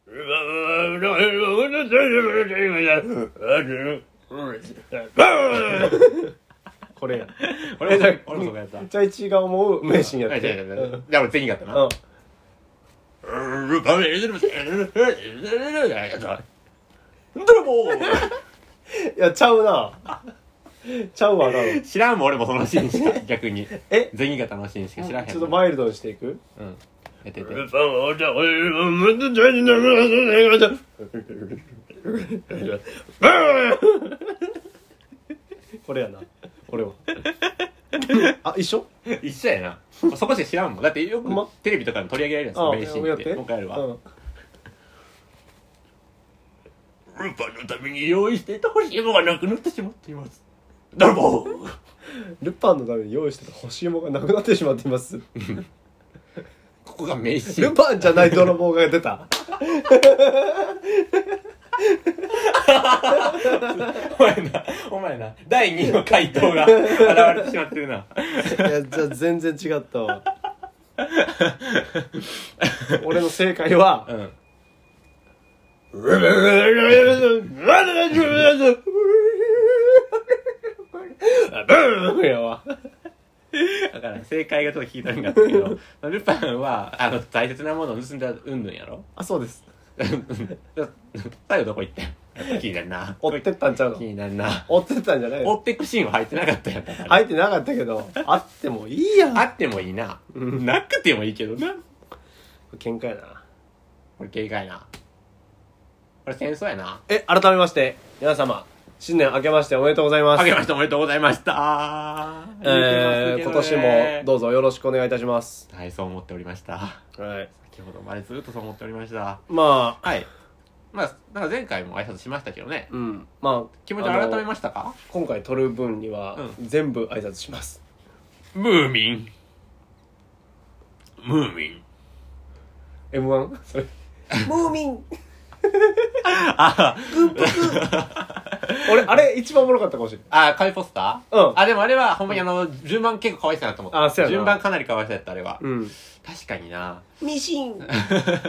これや。 俺もそうやった。 チャイチが思う名シーンやって。 じゃあ俺全員やったな。泥棒。 いやちゃうな。ちゃうわな。 知らんもん俺もそのシーンしか逆に。 え？ 銭形のシーンしか知らへん。 ちょっとマイルドにしていく？ うん。やってて。 これやな。俺は。あ、一緒やな。そこしか知らんもん。だってよくテレビとかで取り上げられるやつ、名シーンって。もう一回やるわ。ルパンのために用意していた欲しいものがなくなってしまっています。泥棒。 ルパンのために用意してた欲しいものがなくなってしまっています。 ここが名シーン。 ルパンじゃない泥棒が出た。 お前な第2の回答が現れてしまってるな。いやじゃあ全然違ったわ。俺の正解は、やわ。 だから正解がちょっと聞いたんだったけど、ルパンは大切なものを盗んだうんぬんやろ。 あ、そうです。 最後どこ行ったん？気になるな。 追ってったんちゃうの？ 気になるな。 追ってったんじゃないの？ 追ってくシーンは入ってなかったやん。 入ってなかったけど、あってもいいやん。 あってもいいな。なくてもいいけどな。 喧嘩やな。 これ警戒な。これ戦争やな。 改めまして皆様新年明けましておめでとうございます。 明けましておめでとうございました。 今年もどうぞよろしくお願いいたします。 はい、そう思っておりました。 はい。 先ほどまでずっとそう思っておりました。 まあ、 はい。まあ、なんか前回も挨拶しましたけどね。 うん。まあ、 気持ち改めましたか？ 今回撮る分には、全部挨拶します。 ムーミン。 M1？ それ。ムーミン軍服俺、あれ一番おもろかったかもしれない。 紙ポスター？うん。 でもあれはほんまに順番結構可愛さだと思った。 そうやな。 順番かなり可愛さやった、あれは。 うん。 確かにな。 ミシン確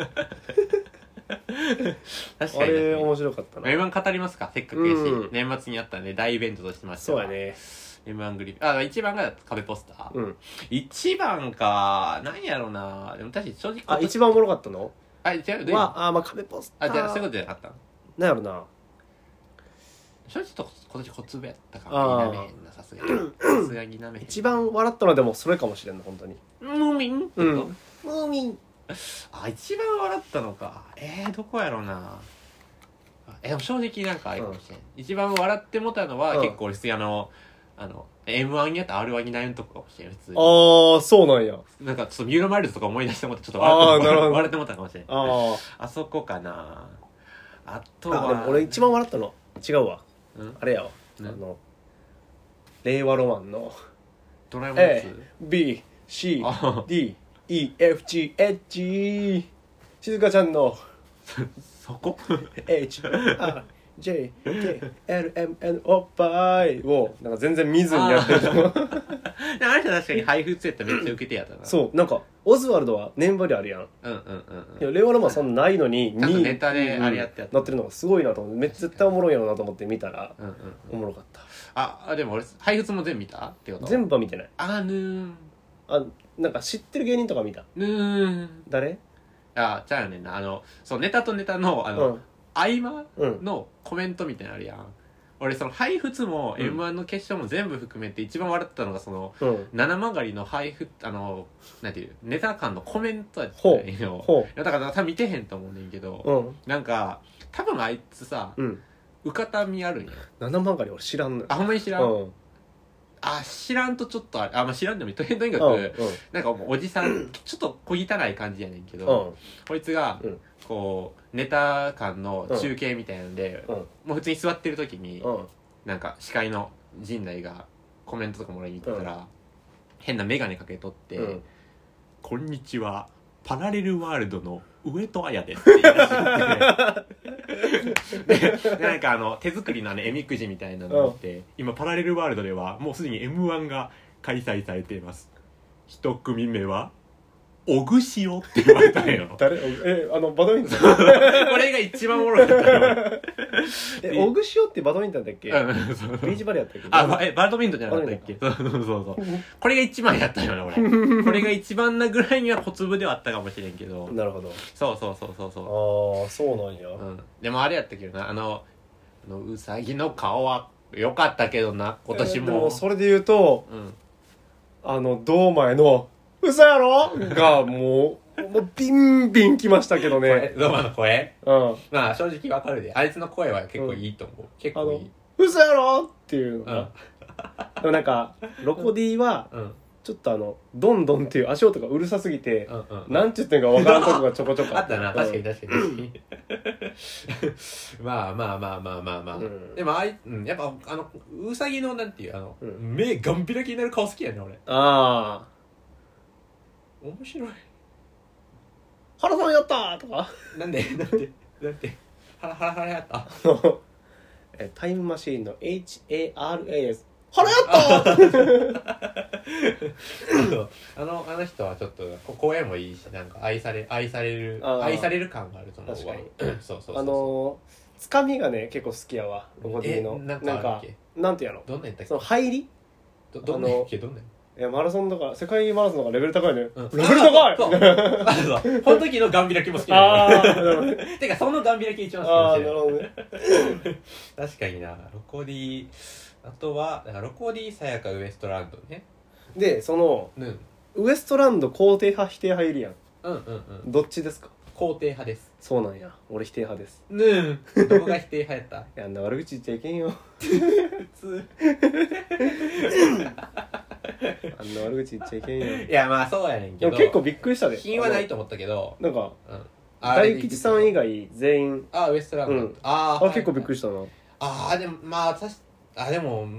かに。 あれ面白かったな。 M1 語りますか？せっかくやし、年末にあったんで大イベントとしてました。 そうやね。 M1 グリーン。1番が壁ポスター。 うん。 1番か、何やろうな。でも確かに正直。 一番おもろかったの？ 違う。 まあ壁ポスター。 じゃあそういうことじゃなかった。 なんやろな。 正直と今年小粒やったから否めへんな、さすがに。さすがに否めへん。 一番笑ったのはでもそれかもしれんの、本当に。 ムーミン？ うん。ムーミン。 一番笑ったのか。どこやろうな。でも正直なんかあれかもしれん。一番笑ってもたのは結構俺M1 やったら R1 に悩むとこかもしれん、普通に。 そうなんや。 なんかちょっと三浦マイルドとか思い出してもってちょっと笑ってもったかもしれん。あそこかな。あとは。 でも俺一番笑ったの違うわ。あれやわ。令和ロマンのドラえもんのやつ A、B、C、D、E、F、G、H 静香ちゃんのそこ H、R、J、K、L、M、N、おっぱいをなんか全然見ずにやってると思う。 あの人確かに配布つやったらめっちゃ受けてやったな。 そう、なんかオズワルドは年張りあるやん。いや令和ロマンそんなないのに 2ネタであれやってやったなってるのがすごいなと思って、めっちゃ絶対おもろいやろなと思って見たらおもろかった。 でも俺配布も全部見たってこと？ 全部は見てない。なんか知ってる芸人とか見た。誰？ じゃあよねんな。そうネタとネタの合間のコメントみたいなのあるやん。俺その配布も M1 の決勝も全部含めて一番笑ったのがその七曲りの配布なんていうネタ間のコメントやったんよ。だから多分見てへんと思うねんけど、なんか多分あいつさうかたみあるんや。 七曲り俺知らんのよ。 ほんまに知らん。知らんとちょっと知らんでもいい。とにかくなんかおじさんちょっと小汚い感じやねんけど、こいつがこうネタ間の中継みたいなんで、もう普通に座ってる時になんか司会の陣内がコメントとかもらいに行ったら変な眼鏡かけとって「こんにちはパラレルワールドの上戸彩です」って言い出してでなんか手作りの絵みくじみたいなのをって今パラレルワールドではもうすでに M1 が開催されています。一組目はオグシオって言われたんよ誰バドミントンこれが一番おもろかったよオグシオってバドミントンだっけ、ビーチバレーやったっけ、 バドミントンじゃなかったっけそうこれが一番やったよね俺これが一番なぐらいには小粒ではあったかもしれんけどなるほどそうああそうなんや、 でもあれやったけどなうさぎの顔は良かったけどな今年も、 でもそれで言うと、堂前の嘘やろがもうビンビンきましたけどね。 堂前の声、まあ正直わかるで、あいつの声は結構いいと思う、結構いい。 嘘やろっていうのが、でもなんかロコディは、ちょっとどんどんっていう足音がうるさすぎて、なんて言ってんかわからんことがちょこちょこあったな、確かにまあ、でもやっぱうさぎのなんていう目ガン開きになる顔好きやね俺。 ああ面白い。 原さんやったーとかなんで原やったタイムマシーンの HARAS 原やったーあの人はちょっと声もいいし、なんか愛される感があると思う。 確かにそうつかみがね結構好きやわロコディの。なんかなんてやろ、 どんなんやったっけ、 その入りどんなんやっけ、 いやマラソンとか世界マラソンとかレベル高いね、レベル高いそうこの時のガン開きも好きだよてかそのガン開き一番好きかもしれない。なるほどね確かにな。ロコディ、あとはだからロコディ、さやか、ウエストランドね。でその、ウエストランド肯定派否定派いるやん。どっちですか？ 肯定派です。 そうなんや、俺否定派です。 どこが否定派やった？ いや、あんな悪口言っちゃいけんよ普通あんな悪口言っちゃいけんよ。 いやまあそうやねんけど、 でも結構びっくりしたで。 品はないと思ったけど、 なんか、大吉さん以外全員ウエストランド、 結構びっくりしたな。 でもまあでも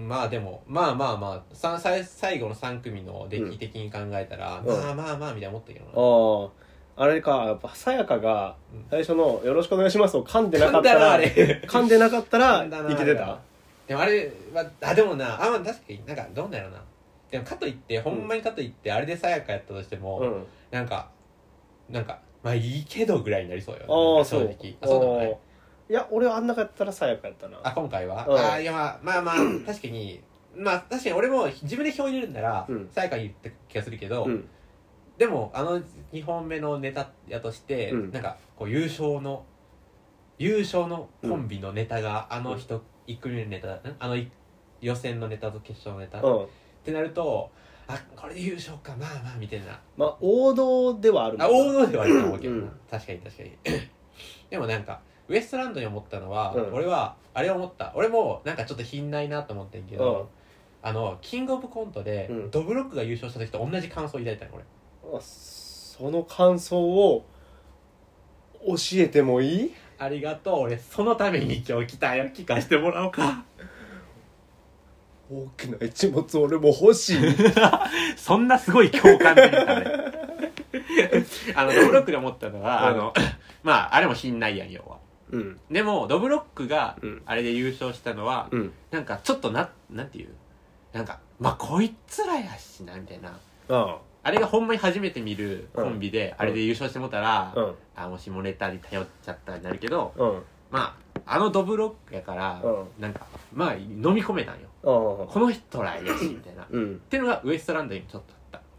最後の3組の出来的に考えたら、まあみたいな思ったけどな。 あれか、やっぱさやかが最初のよろしくお願いしますを噛んでなかったら噛んでなかったらいけてた。 でもあれはでもな、確かになんかどうなんやろな。でもかといってほんまにかといってあれでさやかやったとしても、なんかまあいいけどぐらいになりそうよ、正直。そうでもない。 いや俺はあんなかったらさやかやったな。 今回は、いやまあ確かに俺も自分で票入れるんならさやかに言った気がするけど、でも2本目のネタやとして、なんかこう優勝のコンビのネタが1組目のネタ、予選のネタと決勝のネタ、ってなるとこれで優勝か、まあみたいな、 まあ王道ではある王道ではあると思うけどな、確かにでもなんかウエストランドに思ったのは、俺はあれ思った。俺もなんかちょっと品ないなと思ってんけど、キングオブコントで、ドブロックが優勝した時と同じ感想を抱いたの俺。 その感想を教えてもいい？ ありがとう。俺そのために今日来たよ。聞かせてもらおうか。 大きな一物俺も欲しいそんなすごい共感できたねドブロックで思ったのは、まああれも品ないやん要は、でもドブロックがあれで優勝したのは、なんかちょっとなんていう、なんかまあこいつらやしなみたいな、あれがほんまに初めて見るコンビであれで優勝してもったら、もう下ネタに頼っちゃったになるけど、まあドブロックやから、なんかまあ飲み込めたんよ、この人らやしみたいな、っていうのがウエストランドにちょっとあった。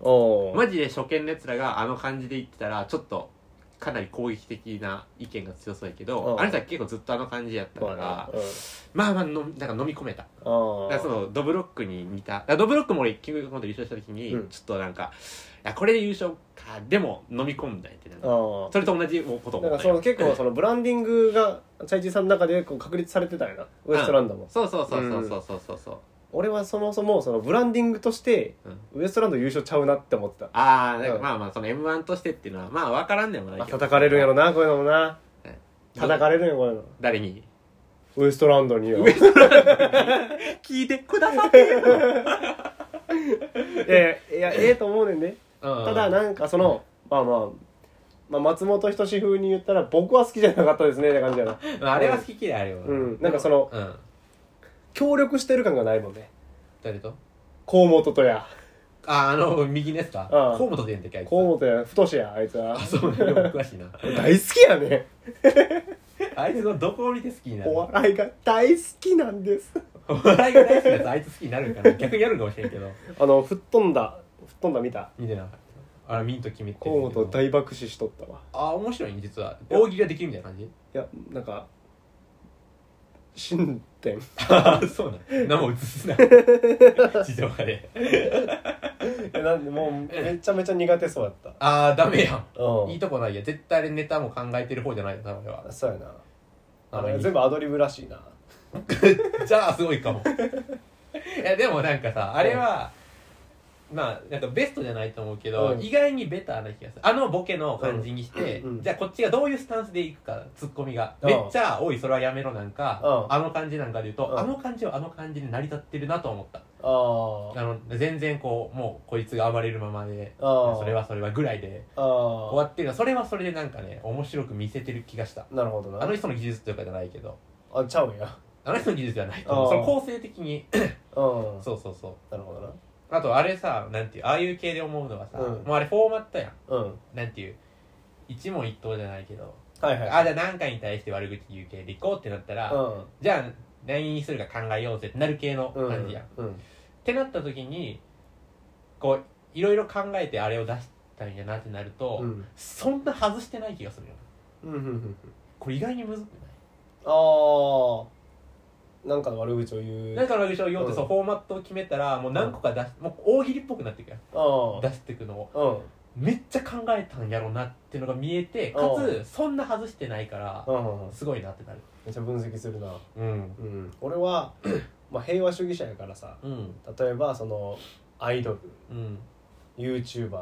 マジで初見のやつらが感じで言ってたらちょっとかなり攻撃的な意見が強そうやけど、あれさ結構ずっと感じやったから、まあなんか飲み込めた。だからそのドブロックに似た、ドブロックも俺キングオブコント優勝した時に、ちょっとなんかいやこれで優勝か、でも飲み込んだんやって、なんかそれと同じこと思ったよ。 結構そのブランディングがチャイチーさんの中でこう確立されてたよな、ウエストランドも。 そう。 俺はそもそもそのブランディングとしてウエストランド優勝ちゃうなって思ってた。 まあその M1 としてっていうのはまあ分からんでもないけど、 叩かれるんやろなこういうのもな。叩かれるんやこういうの。 誰に？ ウエストランドによ。 聞いてくださってよいやと思うねんね。ただなんかそのまあ松本人志風に言ったら僕は好きじゃなかったですねって感じやな。 あれは好き嫌いあるよな。 なんかその協力してる感がないもんね。 誰と？ 河本とや。 右のやつか河本でんだっけあいつ河本や太しやあいつは。 そうでも詳しいな大好きやね。 あいつのどこを見て好きになるお笑いが大好きなんです。 お笑いが大好きなやつあいつ好きになるんかな逆にやるかもしれんけど吹っ飛んだ見た。 見てなかったミント決めて河本大爆死しとったわ。 面白いね実は大喜利ができるみたいな感じいやなんか新店そうなん何も映すな地上波でなんでもうめちゃめちゃ苦手そうやった。 ダメやんいいとこないや絶対あれネタも考えてる方じゃないよ多分はそうやな全部アドリブらしいなじゃあすごいかもいやでもなんかさあれはまあなんかベストじゃないと思うけど、意外にベターな気がするボケの感じにして、じゃあこっちがどういうスタンスでいくかツッコミが、めっちゃおいそれはやめろなんか、感じなんかで言うと、感じは感じで成り立ってるなと思った。全然こうもうこいつが暴れるままでそれはぐらいで終わってるのそれはそれでなんかね面白く見せてる気がした。 なるほどな。 あの人の技術とかじゃないけどちゃうんや。 あの人の技術じゃないと思う。その構成的にそうなるほどな。 あとあれさなんていうああいう系で思うのはさ、もうあれフォーマットやん、なんていう一問一答じゃないけど、じゃあ何かに対して悪口言う系でいこうってなったら、じゃあ何にするか考えようぜってなる系の感じやん、ってなった時にこういろいろ考えてあれを出したんやなってなると、そんな外してない気がするよ、これ意外にむずくない？ なんかの悪口を言うなんかの悪口を言おうって、そうフォーマットを決めたらもう何個かもう大喜利っぽくなっていくやん、出していくのを、めっちゃ考えたんやろなっていうのが見えて、かつそんな外してないからすごいなってなる。 めっちゃ分析するな。俺は平和主義者やからさ、例えばそのアイドル、YouTuber、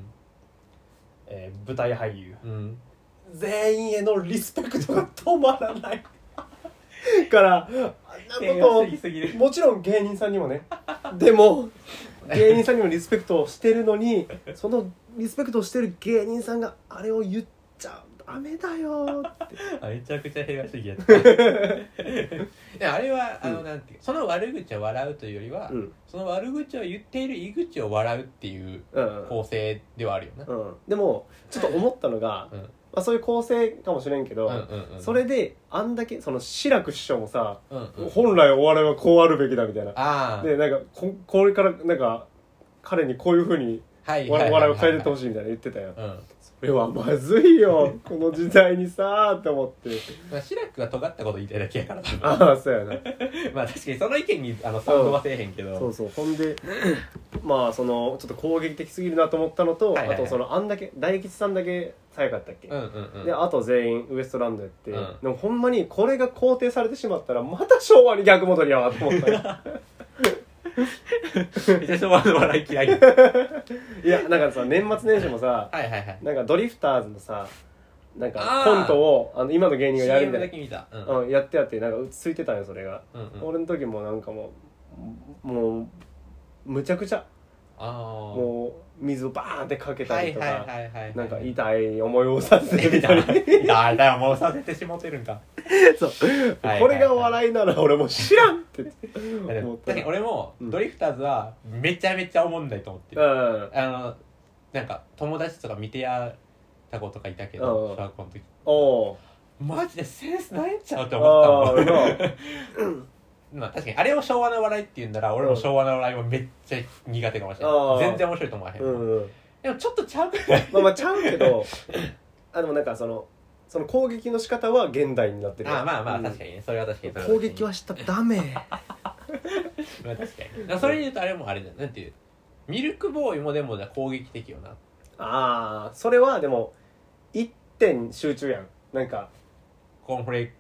舞台俳優、全員へのリスペクトが止まらないからもちろん芸人さんにもねでも芸人さんにもリスペクトをしてるのにそのリスペクトをしてる芸人さんがあれを言っちゃダメだよってめちゃくちゃ平和主義やったあれはなんていうその悪口を笑うというよりは、その悪口を言っている井口を笑うっていう構成ではあるよね、 でもちょっと思ったのが、そういう構成かもしれんけど、それであんだけその志らく師匠もさ、本来お笑いはこうあるべきだみたいな、でなんかこれからなんか彼にこういう風に笑いを変えてってほしいみたいな言ってたよ、それはまずいよこの時代にさーって思って志らくが尖ったこと言いたいだけやからそうやなまあ確かにその意見に賛同はせえへんけど、 そうほんでそのちょっと攻撃的すぎるなと思ったのと、あとそのあんだけ大吉さんだけ早かったっけ、であと全員ウエストランドやって、でもほんまにこれが肯定されてしまったらまた昭和に逆戻りやわと思ったよめっちゃ昭和の笑い嫌いいやなんかさ年末年始もさなんかドリフターズのさなんかコントを今の芸人がやるみたいな、やってなんかついてたんよそれが、俺の時もなんかもうむちゃくちゃもう水をバーンってかけたりとかなんか痛い思いをさせてみたり痛い思いをさせてしもてるんかそうこれが笑いなら俺も知らんって思った。確かに俺もドリフターズはめちゃめちゃおもんないと思ってる、なんか友達とか見てやった子とかいたけど小学校の時マジでセンスないんちゃうって思ったもんまあ確かにあれを昭和の笑いって言うんなら俺も昭和の笑いはめっちゃ苦手かもしれない、全然面白いと思わへん、でもちょっとちゃうけどちゃうけどでもなんかその攻撃の仕方は現代になってる。 まあ確かにね、それは確かに攻撃はしたらダメまあ確かにそれで言うとあれもあれだよなんていうミルクボーイもでも攻撃的よな。 それはでも一点集中やん。なんかコーンフレー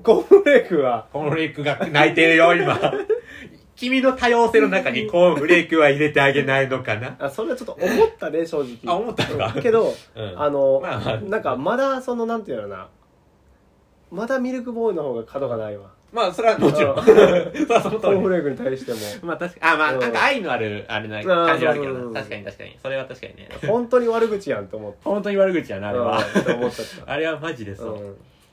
クが泣いてるよ今君の多様性の中にコーンフレークは入れてあげないのかなそれはちょっと思ったね正直思ったのかけど、なんかまだそのなんていうのなまだミルクボーイの方が角がないわ。 それはもちろんコーンフレークに対しても確かになんか愛のあるあれな感じはあるけどな。確かにそれは確かにね本当に悪口やんと思って本当に悪口やなあれはって思っちゃったあれはマジでそう、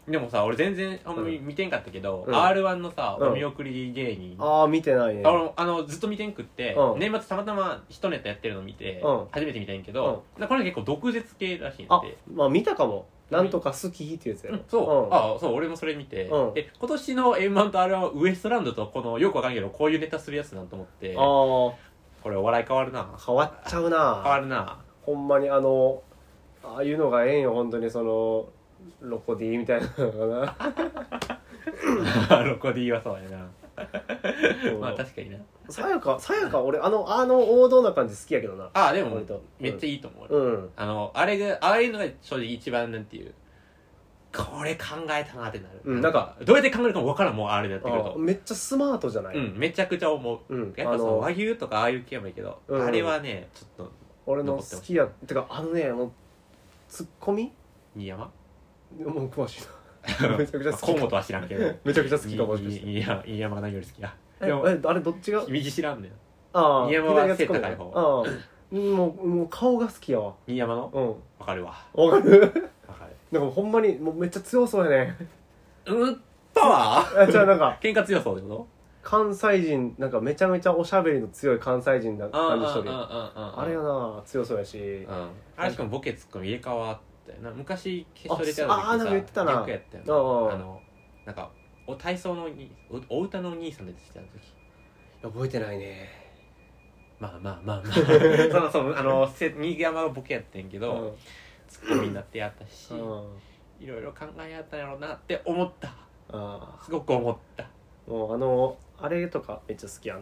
でもさ俺全然見てんかったけど、R1 のさお見送り芸人、 見てないね。 ずっと見てんくって、年末たまたま一ネタやってるの見て、初めて見たんやけど、これ結構毒舌系らしいんで。 まあ見たかも。なんとか好きってやつやろ。 そう、そう俺もそれ見て、今年の M1 と R1 はウエストランドとこのよくわかんないけどこういうネタするやつなんと思って、これお笑い変わるな。 変わっちゃうな。 変わるな。 ほんまにああいうのがええんよ、本当にそのロコディみたいなのがな。ロコディはそうやな。まあ確かにな。 さやか俺王道な感じ好きやけどな。 でもめっちゃいいと思う。ああいうのが正直一番なんていうこれ考えたなってなる。なんかどうやって考えるかも分からんもんあれでやってくると。 めっちゃスマートじゃない？ めちゃくちゃ思う。やっぱ和牛とかああいう系もいいけど、あれはねちょっと俺の好きやてかツッコミ？ 新山？ もう詳しいな。めちゃくちゃ好き。 河本は知らんけど。 めちゃくちゃ好きかもしれない。 新山が何より好きや。 あれどっちが？ 右知らんねん。新山は背高い方。 もう顔が好きやわ。 新山の？わかるわ。 わかる？なんかほんまにもうめっちゃ強そうやね。 パワー？ じゃあなんか喧嘩強そうってこと？ 関西人なんかめちゃめちゃおしゃべりの強い関西人な感じしとる。あれやな強そうやし。 あれしかもボケツッコミ入れ替わったよな。昔決勝出てた時さ、 なんか言ってたな。 逆やったよな。なんか体操のお歌のお兄さん出てきた時。 覚えてないね。 まあ新山がボケやってんけど、ツッコミになってやったし、いろいろ考えやったんやろうなって思った。すごく思った。 もうあれとかめっちゃ好き。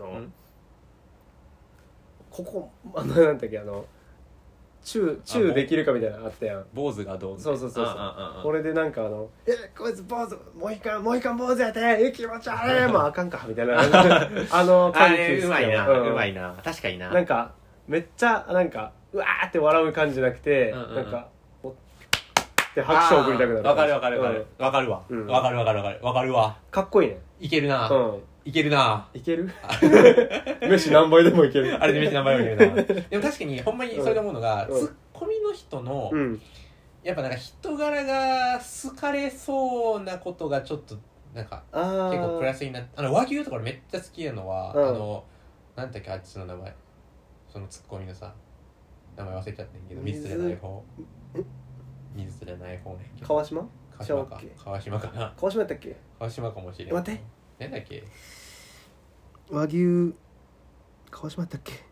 ここなんだっけチューできるかみたいなのあったやん。 坊主がどうそうこれでなんかこいつ坊主もう一回坊主やって気持ち悪いもうあかんかみたいなあれうまいな、うまいな。確かにな。 なんかめっちゃなんかうわーって笑う感じじゃなくて、なんかって拍手を送りたくなる。 わかるわかるわかっこいいね。 いけるな。いけるな。 いける？飯何杯でもいける。 あれで飯何杯でもいけるな。でも確かにほんまにそれで思うのが、ツッコミの人のやっぱなんか人柄が好かれそうなことがちょっとなんか結構プラスになって、和牛とかめっちゃ好きなのはなんだっけあっちの名前、そのツッコミのさ名前忘れちゃったんけど、水じゃない方ね。 川島かな。 川島やったっけ？ 川島かもしれない。 待って、 なんだっけ？ 和牛川島やったっけ？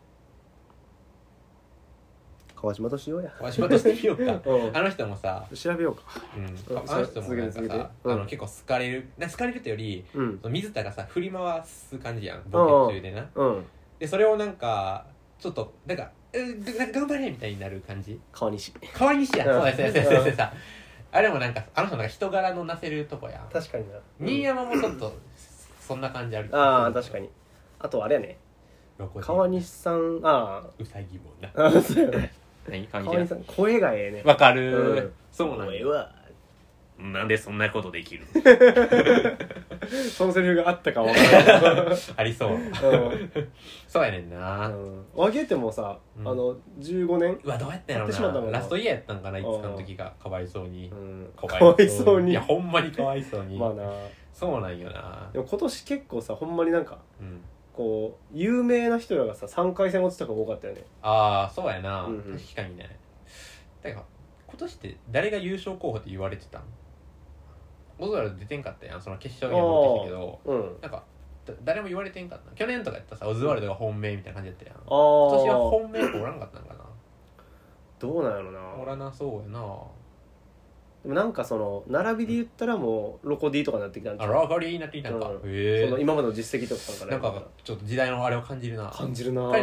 川島としようや。 川島としてみようか。あの人もさ調べようか。 あの人もなんかさ結構好かれるってより、水田がさ振り回す感じやん、ボケ中でな。でそれをなんかちょっとなんか頑張れみたいになる感じ。川西や。そうですさ。あれもなんかあの人なんか人柄のなせるとこやん。 確かにな。 新山もちょっとそんな感じある。 確かに。あとあれやね。川西さんうさぎもな。 そうやね。川西さん声がええね。 わかる。そうなんよ。なんでそんなことできるそのセリフがあったか分からないありそう、そうやねんな。 和牛ってもうさ、15年うわどうやったんやろな。ラストイヤーやったんかな、いつかの時が。かわいそうに、 かわいそうに。 いやほんまにかわいそうに。 まあな、 そうなんよな。 でも今年結構さ、ほんまになんか、こう有名な人らがさ3回戦落ちたから多かったよね。 そうやな、確かにね。だから今年って誰が優勝候補って言われてたん？オズワルド出てんかったやん、その決勝には持ってきたけど、なんか誰も言われてんかったな。去年とかやったらさ、オズワルドが本命みたいな感じやったやん。今年は本命おらんかったんかな。 どうなんやろな。 おらなそうやな。 でもなんかその並びで言ったらもうロコディとかになってきたんじゃん。 ロコディになってきたんか。 その今までの実績とかなんかちょっと時代のあれを感じるな。 感じるな。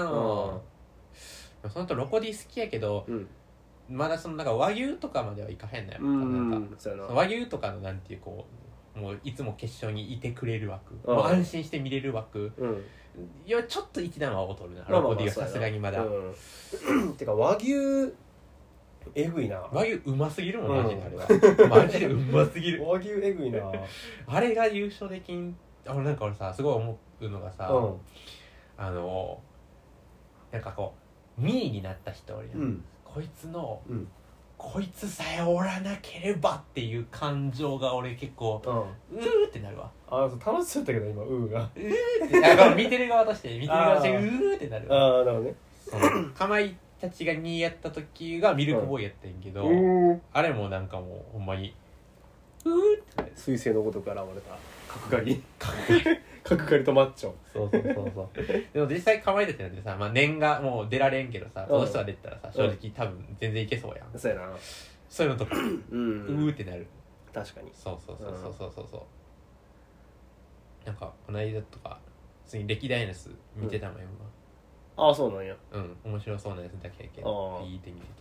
そのとロコディ好きやけど、まだそのなんか和牛とかまではいかへんのやろ。なんか和牛とかのなんていうこうもういつも決勝にいてくれる枠、もう安心して見れる枠、いやちょっと一段は劣るな、ロコディはさすがにまだ。 てか和牛えぐいな。 和牛うますぎるもんマジで。あれはマジでうますぎる。 和牛えぐいな。 あれが優勝できん。なんか俺さすごい思うのがさ、なんかこう2位になった人おるやん。こいつのこいつさえおらなければっていう感情が俺結構、うーってなるわ。 楽しそうだったけど今がって見てる側としてうーってなるわ。 なるほどね。 かまいたちが2やった時がミルクボーイやったんやけど、あれもなんかもうほんまにうーって彗星のごとく現れた角刈り角刈りとマッチョ。 そうでも実際かまいたちなんてさ、年がもう出られんけどさ、この人が出たらさ、正直多分全然いけそうやん。 そうやな。 そういうのとかうーってなる。 確かに。 そうなんかこの間とか普通に歴代のやつ見てたもんよ。 そうなんや。 面白そうなやつだけやけどいいって見てた。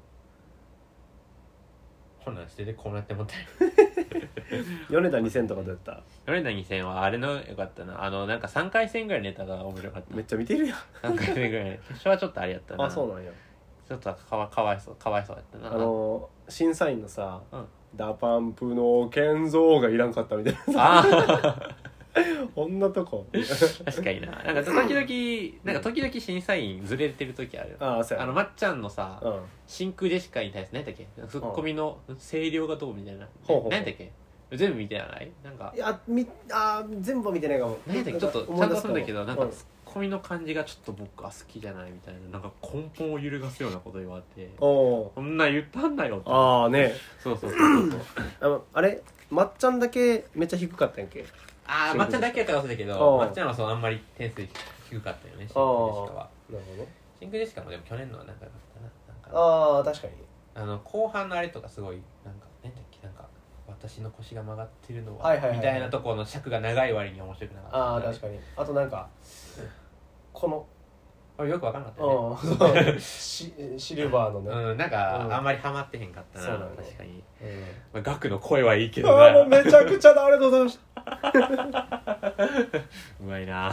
こんなんしててこうなってもったい米田2000とかどうやった？ 米田2000はあれのよかったな。なんか3回戦ぐらいネタが面白かった。 めっちゃ見てるやん。 3回戦ぐらい決勝はちょっとあれやったな。 そうなんや。 ちょっとかわいそうやったな。 審査員のさ、ダパンプの健三がいらんかったみたいな。こんなとこ確かにな。なんか時々審査員ずれてる時ある。 そうや。 まっちゃんのさ、真空ジェシカに対して何だっけ、ツッコミの声量がどうみたいな、何だっけ、全部見てない？なんか全部は見てないかも。 何だっけ、ちょっとちゃんとするんだけど、なんかツッコミの感じがちょっと僕は好きじゃないみたいな、なんか根本を揺るがすようなこと言われて、こんな言ったんだよって。 ね。 そうあれまっちゃんだけめっちゃ低かったんやっけ？ まっちゃんだけやったら忘れたけど、まっちゃんはあんまり点数低かったよね、真空ジェシカは。 なるほど。 真空ジェシカもでも去年のは仲良かったな。 確かに。 後半のあれとかすごいなんか何だっけ、なんか私の腰が曲がってるのはみたいなところの尺が長い割に面白くなかった。 確かに。あとなんかこのよく分かんなかったね。 シルバーのね。 なんかあんまりハマってへんかったな。確かに。ガクの声はいいけどもうめちゃくちゃだ。ありがとうございました。 うまいな。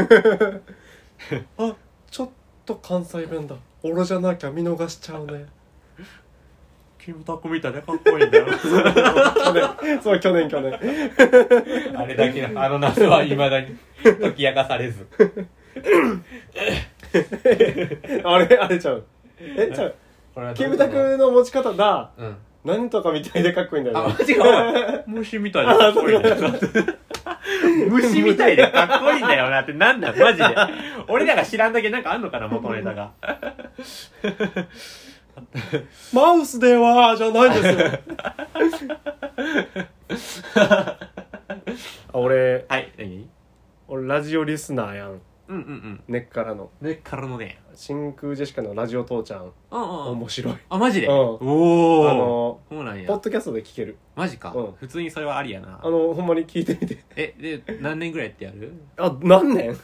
ちょっと関西弁だ。俺じゃなきゃ見逃しちゃうね。 キムタクみたいでかっこいいんだよ。 去年あれだけの夏は未だに解き明かされず。 あれちゃう。ちゃう。キムタクの持ち方だ。何とかみたいでかっこいいんだよね。 虫みたいでかっこいいんだよな。虫みたいでかっこいいんだよなってなんだマジで。俺らが知らんだけなんかあんのかな、元ネタが。 マウスではじゃないんですよ。俺何？ 俺ラジオリスナーやん。根っからのね。 真空ジェシカのラジオ父ちゃん、面白い。 マジで？ おそうなんや。 ポッドキャストで聞ける。 マジか。普通にそれはありやな。 ほんまに聞いてみて。 で何年ぐらいやってやる？ 何年？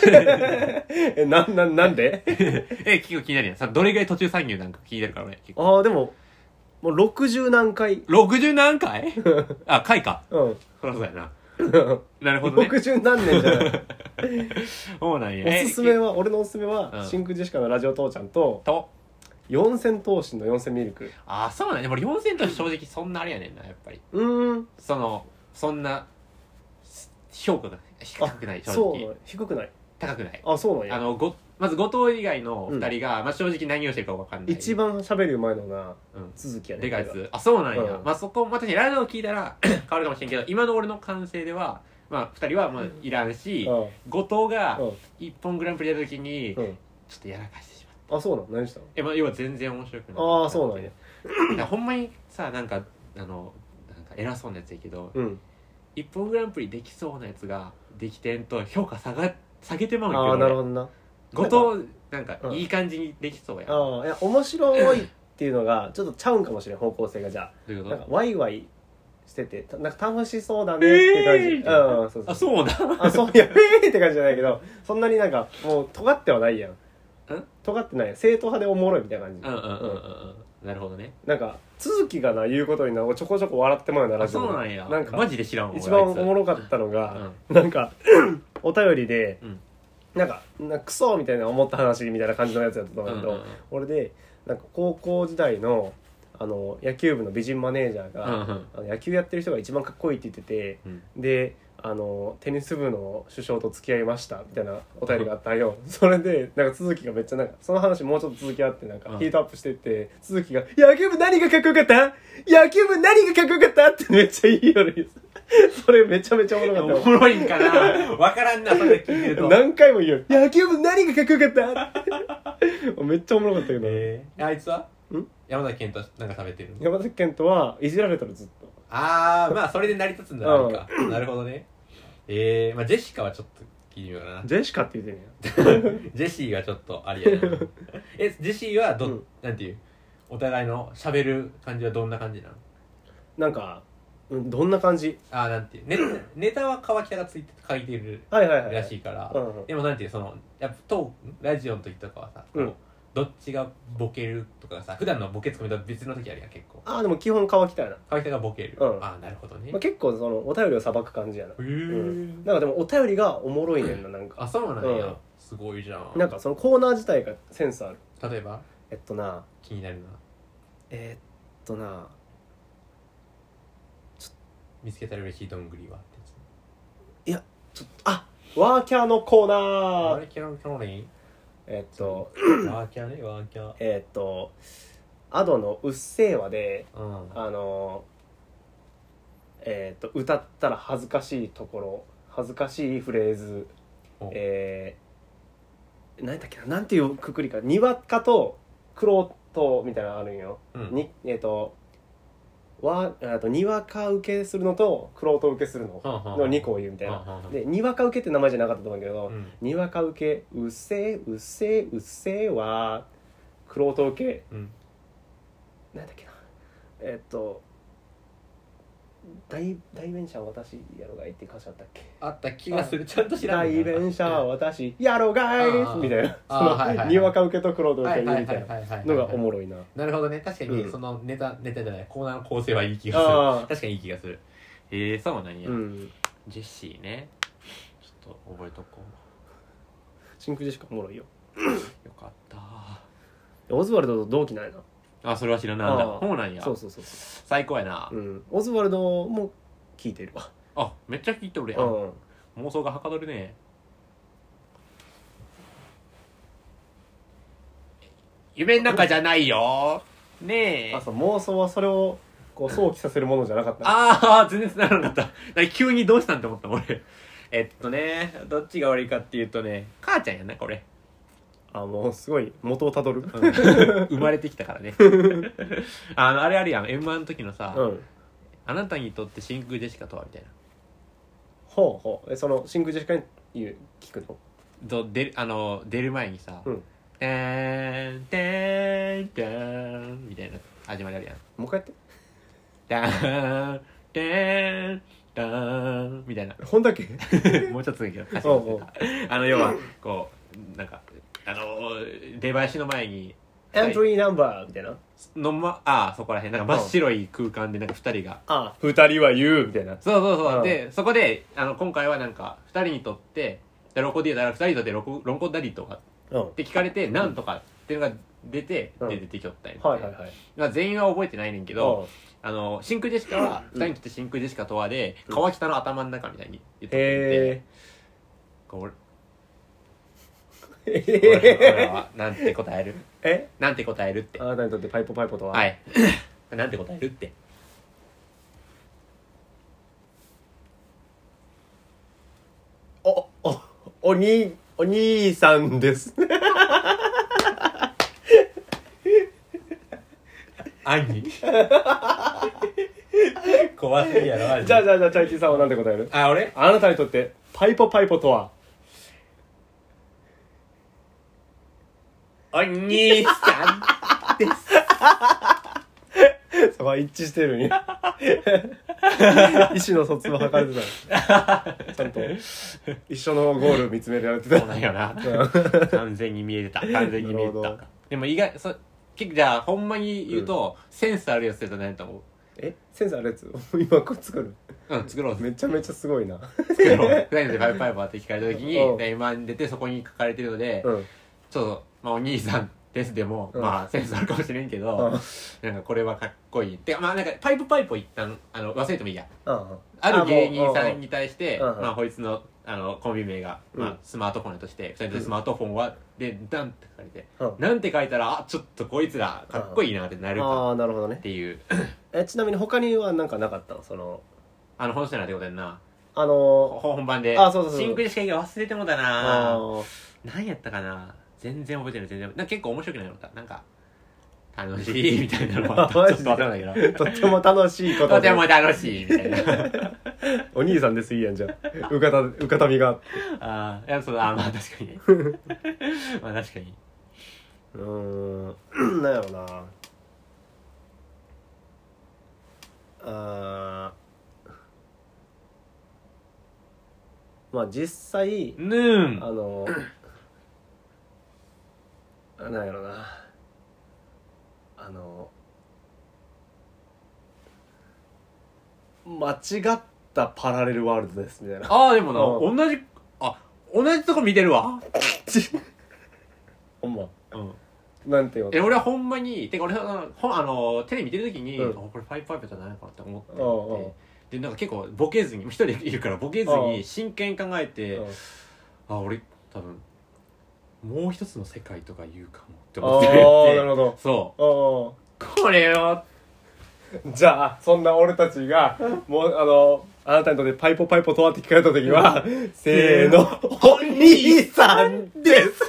なんで？ 結構気になるやん。さ、どれぐらい途中参入なんか聞いてるから俺。 でももう60何回。 60何回？回か。そうやな。なるほどね。 60何年じゃない。 そうなんや。 俺のおすすめは真空ジェシカのラジオ父ちゃんと四千頭身の四千ミルク。 そうなんや。俺四千頭身正直そんなあれやねんな、やっぱり。そんな評価が低くない。正直低くない、 高くない。 そうなんや。 まず後藤以外の2人が、正直何をしてるか分かんない。 一番喋る前のな、続きやね。 でかいやつ。そうなんや。そこ確かにラジオを聞いたら変わるかもしれんけど、今の俺の感性では2人はもういらんし、後藤が一本グランプリやるときにちょっとやらかしてしまった。 そうなの？何したの？ 要は全然面白くない。 そうなんや。 ほんまにさ、なんか偉そうなやつやけど、一本グランプリできそうなやつができてんと評価下げてまうんけど。 なるほどな。 後藤なんかいい感じにできそうや。 いや面白いっていうのがちょっとちゃうんかもしれん、方向性が。じゃあなんかワイワイしててなんか楽しそうだねって感じ。 そうだ。 そういやって感じじゃないけど、そんなになんかもう尖ってはないやん。尖ってない。正統派でおもろいみたいな感じ。 なるほどね。 なんか続きが言うことにちょこちょこ笑ってもらうなら。 そうなんや。なんかマジで知らんわ。 一番おもろかったのがなんかお便りでなんかクソみたいな思った話みたいな感じのやつやったと思うけど、俺でなんか高校時代の野球部の美人マネージャーが、野球やってる人が一番かっこいいって言ってて、でテニス部の首相と付き合いましたみたいなお便りがあったんよ。それでなんか続きがめっちゃなんかその話もうちょっと続きあってなんかヒートアップしていって続きが野球部何がかっこよかった野球部何がかっこよかったってめっちゃいいよね。それめちゃめちゃおもろかった。 おもろいんかなわからんなそれ聞いてると何回も言う野球部何がかっこよかっためっちゃおもろかったけど、 あいつは山崎賢人なんか食べてるの？ 山崎賢人はいじられたらずっとまあそれで成り立つんだな、なるほどね。まあジェシカはちょっと聞いてみようかな。 ジェシカって言ってんねやジェシーはちょっとありやなジェシーはなんていうお互いの喋る感じはどんな感じなの？ なんか、どんな感じ？ なんていうネタは川北が書いてるらしいから、でもなんていうそのやっぱラジオの時とかはさ、どっちがボケるとかさ普段のボケツッコミと別の時あるやん結構。 でも基本川北やな。 川北がボケる。なるほどね。 結構そのお便りをさばく感じやな。なんかでもお便りがおもろいねんななんか。 そうなんや。すごいじゃん。 なんかそのコーナー自体がセンスある。 例えば？ 気になるな。 見つけたら嬉しいどんぐりはってやつ。いやちょっとワーキャーのコーナー。 ワーキャーのコーナー。 ワーキャーねワーキャー。アドのうっせぇわで、歌ったら恥ずかしいところ恥ずかしいフレーズ何だっけななんていうくくりかにわかとくろとみたいなのあるんよ、にわか受けするのとくろうと受けするのの2個を言うみたいなでにわか受けって名前じゃなかったと思うけど、にわか受けうっせーうっせーうっせーはくろうと受け、なんだっけな代弁者は私やろがいって歌詞あったっけ？ あった気がする。ちゃんと知らない。 代弁者は私やろがいみたいなそのにわか受けとくろうと受けみたいなのがおもろいな。 なるほどね。確かにそのネタじゃないコーナーの構成はいい気がする。確かにいい気がする。そうなんや。ジェシーね。ちょっと覚えとこう。 真空ジェシカおもろいよ。 よかった。 オズワルドと同期なんやな。 それは知らないんだ。そうなんや。 そう最高やな。 オズワルドも聞いてるわ。 めっちゃ聞いてるやん。妄想がはかどるね。夢の中じゃないよねえ。 妄想はそれをこう想起させるものじゃなかった。 全然つながなかった。急にどうしたんって思った俺。どっちが悪いかっていうとね、母ちゃんやなこれ。 もうすごい元をたどる、 生まれてきたからねあれあるやん M1 の時のさ、あなたにとって真空ジェシカとはみたいな。 その真空ジェシカに聞くの出る前にさ、てーんてーんてーんみたいな始まりあるやん。 もう一回やって。 てーんてーんてーんみたいな。 ほんだけもうちょっとだけど歌詞忘れた。要はこうなんか出囃子の前にエントリーナンバーみたいなそこら辺なんか真っ白い空間でなんか2人が 2人は言うみたいな。 そうでそこで今回はなんか2人にとってロコディータ2人にとってロコダディとかって聞かれてなんとかっていうのが出て出てきよったんや。全員は覚えてないねんけど真空ジェシカは2人にとって真空ジェシカとはで川北の頭の中みたいに言ってて俺はなんて答える？なんて答えるって。 あなたにとってパイポパイポとはなんて答えるって。 お兄さんです兄怖すぎやろマジで。 じゃあチャイチーさんはなんて答える？ 俺？ あなたにとってパイポパイポとはお兄さんですそこは一致してるんや意思の疎通を図れてたちゃんと一緒のゴールを見つめられてた。 そうなんよな完全に見えてた。でも意外結構じゃあほんまに言うと、センスあるやつだと何と思う？ センスあるやつ今これ作る？ 作ろう。 めちゃめちゃすごいな。 作ろう。2人でパイパイパーって聞かれた時に今に出てそこに書かれてるので、ちょっとお兄さんですでも、センスあるかもしれんけど、なんかこれはかっこいいってなんかパイプを一旦忘れてもいいや。 ある芸人さんに対して、まあ、こいつのコンビ名が、まあ、スマートフォンだとして、2人でスマートフォンは、で、ダンって書かれて、なんて書いたら、あ、ちょっとこいつらかっこいいなってなるか。 なるほどね。 っていう。 ちなみに他にはなんかなかったのその、 本社なってことやんな。本番で。 そう真空ジェシカが忘れてもだな。何やったかな。全然覚えてない、全然。なんか結構面白くないのか。なんか、楽しいみたいなのもあった。ちょっとわからないけど。 とっても楽しいこととても楽しいみたいな。 お兄さんですいいやんじゃん。うかたみが。 まあ確かにね。まあ確かに。 なんやろな。まあ実際、なんやろな。間違ったパラレルワールドですみたいな。 でもな、同じとこ見てるわ。 ほんま。なんていうの。 俺はほんまに、てか俺テレビ見てるときに、これ5じゃないのかなって思って、でなんか結構ボケずに一人でいるからボケずに真剣に考えて、俺多分もう一つの世界とか言うかもって思ってて。 なるほど。 そう。これよ。 じゃあそんな俺たちがもうあなたにとってパイポとはって聞かれた時はせーのお兄さんです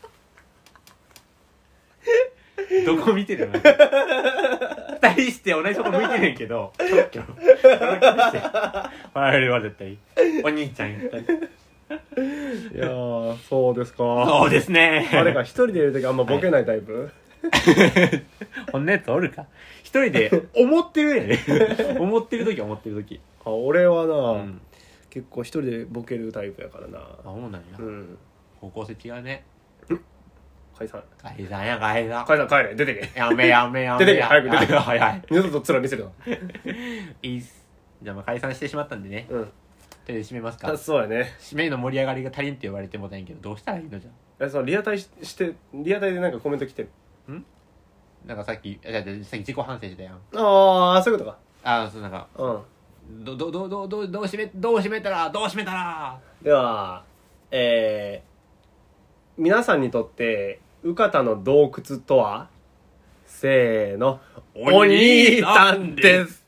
どこ見てるの二人して同じとこ向いてるんやけどキョロキョロ笑えるわ絶対お兄ちゃんやったりいやーそうですか。 そうですね。 あれか一人でいる時あんまボケないタイプ、 こんなやつおるか。一人で思ってるやね思ってる時俺はな、結構一人でボケるタイプやからな。 そうなんや、方向性違うね。 解散や帰れ出てけやめ出てけ早く出てけはい二度と面見せるわいいっす。じゃあ解散してしまったんでね、手で締めますか。 そうやね。 締めの盛り上がりが足りんって言われてもないけどどうしたらいいのじゃそのリアタイでなんかコメント来てる。 なんかさっき自己反省したやん。 そういうことか。 そうなんかどう締めたらでは皆さんにとって宇方の洞窟とはせーのお兄さんです。